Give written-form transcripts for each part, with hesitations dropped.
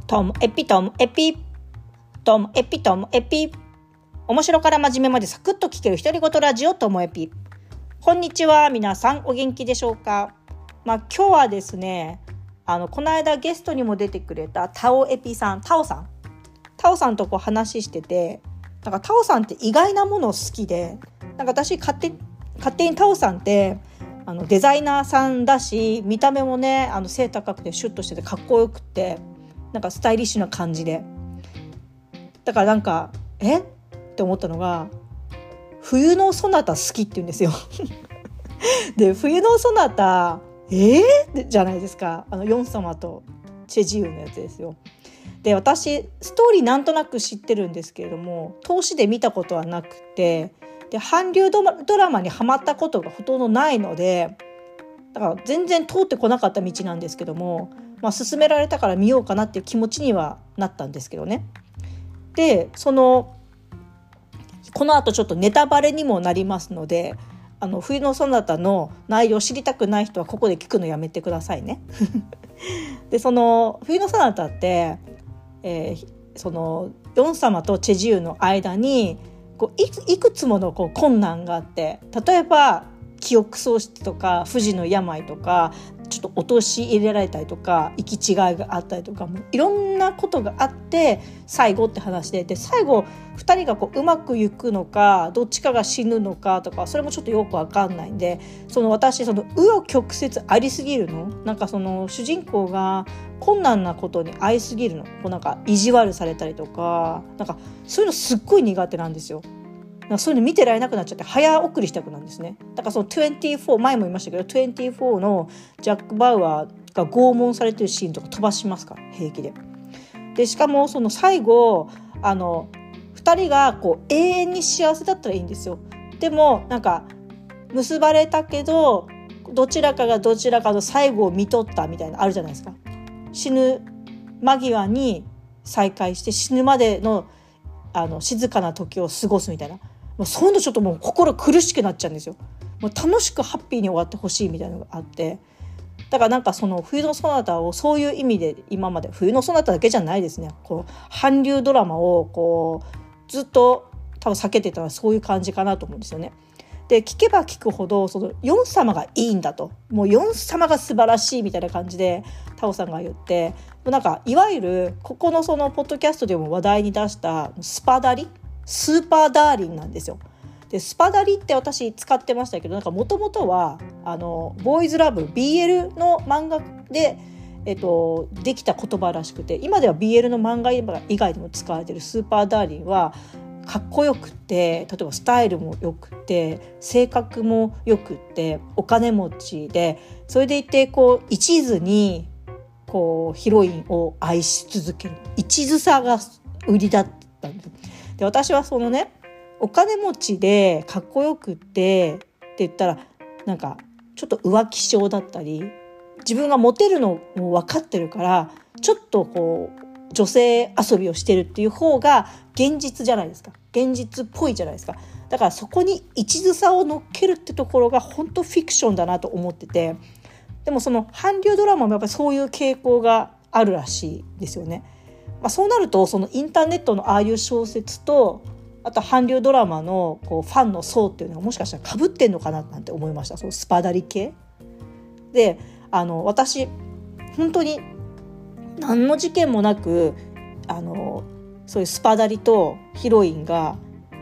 トムエピトムエピトムエピトムエピ、面白から真面目までサクッと聞ける独り言ラジオトモエピ。こんにちは、皆さんお元気でしょうか。今日はですね、この間ゲストにも出てくれたタオさんと話してて、タオさんって意外なもの好きで、私勝手にタオさんってデザイナーさんだし、見た目もね背高くてシュッとしててかっこよくて、スタイリッシュな感じで、だからって思ったのが、冬のソナタ好きって言うんですよで、冬のソナタじゃないですか。ヨン様とチェジウのやつですよ。で、私ストーリーなんとなく知ってるんですけれども、通しで見たことはなくて、で韓流ドラマにハマったことがほとんどないので、だから全然通ってこなかった道なんですけども、勧められたから見ようかなっていう気持ちにはなったんですけどね。で、この後ちょっとネタバレにもなりますので、冬のソナタの内容を知りたくない人はここで聞くのやめてくださいねで、その冬のソナタって、そのヨン様とチェジウの間にいくつもの困難があって、例えば記憶喪失とか不治の病とか、ちょっと陥れられたりとか、行き違いがあったりとか、もういろんなことがあって最後って話で、最後2人がうまくいくのか、どっちかが死ぬのかとか、それもちょっとよく分かんないんで、私紆余曲折ありすぎるの、その主人公が困難なことに遭いすぎるの、意地悪されたりとか、そういうのすっごい苦手なんですよ。そういうの見てられなくなっちゃって早送りしたくなるんですね。だからその24、前も言いましたけど、24のジャック・バウアーが拷問されてるシーンとか飛ばしますから平気で。でしかもその最後2人が永遠に幸せだったらいいんですよ。でも結ばれたけど、どちらかがどちらかの最後を見とったみたいなあるじゃないですか。死ぬ間際に再会して、死ぬまでの静かな時を過ごすみたいな、そういうのちょっともう心苦しくなっちゃうんですよ。もう楽しくハッピーに終わってほしいみたいなのがあって、だからその冬のソナタをそういう意味で、今まで冬のソナタだけじゃないですね、韓流ドラマをずっと多分避けてたのはそういう感じかなと思うんですよね。で、聞けば聞くほどそのヨン様がいいんだと、もうヨン様が素晴らしいみたいな感じでタオさんが言って、いわゆるここのそのポッドキャストでも話題に出したスパダリ、スーパーダーリンなんですよ。で、スパダリって私使ってましたけど、もともとはボーイズラブ BL の漫画で、できた言葉らしくて、今では BL の漫画以外でも使われているスーパーダーリンはかっこよくて、例えばスタイルもよくて、性格もよくて、お金持ちで、それでいて一途にヒロインを愛し続ける一途さが売りだったんです。で、私はそのね、お金持ちでかっこよくてって言ったら、ちょっと浮気性だったり、自分がモテるのも分かってるから、ちょっと女性遊びをしてるっていう方が現実じゃないですか。現実っぽいじゃないですか。だからそこに一途さを乗っけるってところが本当フィクションだなと思ってて、でもその韓流ドラマもやっぱりそういう傾向があるらしいですよね。そうなると、そのインターネットのああいう小説と、あと韓流ドラマのファンの層っていうのがもしかしたら被ってんのかななんて思いました。そのスパダリ系で、私本当に何の事件もなくそういうスパダリとヒロインが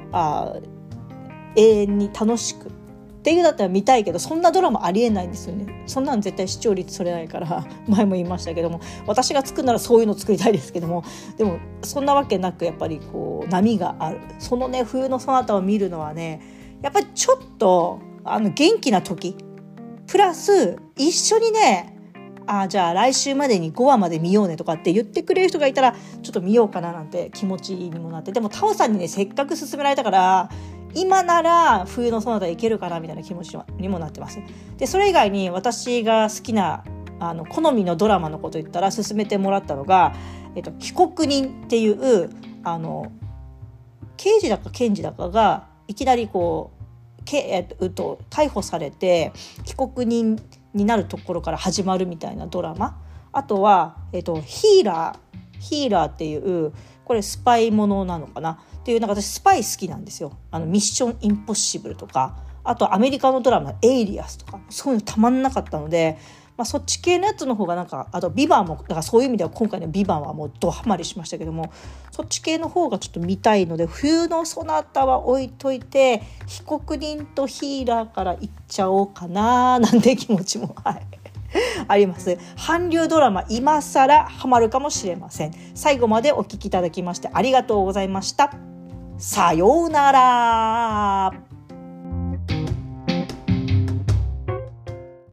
永遠に楽しくっていうだったら見たいけど、そんなドラマありえないんですよね。そんなん絶対視聴率取れないから前も言いましたけども、私が作るならそういうの作りたいですけども、でもそんなわけなく、やっぱり波がある。そのね、冬のソナタを見るのはね、やっぱりちょっと元気な時プラス一緒にね、じゃあ来週までに5話まで見ようねとかって言ってくれる人がいたら、ちょっと見ようかななんて気持ちにもなって、でもタオさんにね、せっかく勧められたから今なら冬のソナタいけるかなみたいな気持ちにもなってます。で、それ以外に私が好きな好みのドラマのこと言ったら、勧めてもらったのが、帰国人っていう刑事だか検事だかがいきなり逮捕されて帰国人になるところから始まるみたいなドラマ。あとは、ヒーラーヒーラーっていうこれスパイものなのかなっていう、なんか私スパイ好きなんですよ。ミッションインポッシブルとか、あとアメリカのドラマエイリアスとか、そういうのたまんなかったので、そっち系のやつの方がなんか、あとビバンもだからそういう意味では今回のビバンはもうドハマりしましたけども、そっち系の方がちょっと見たいので、冬のソナタは置いといて被告人とヒーラーからいっちゃおうかななんて気持ちもあります。韓流ドラマ今更ハマるかもしれません。最後までお聞きいただきましてありがとうございました。さようなら。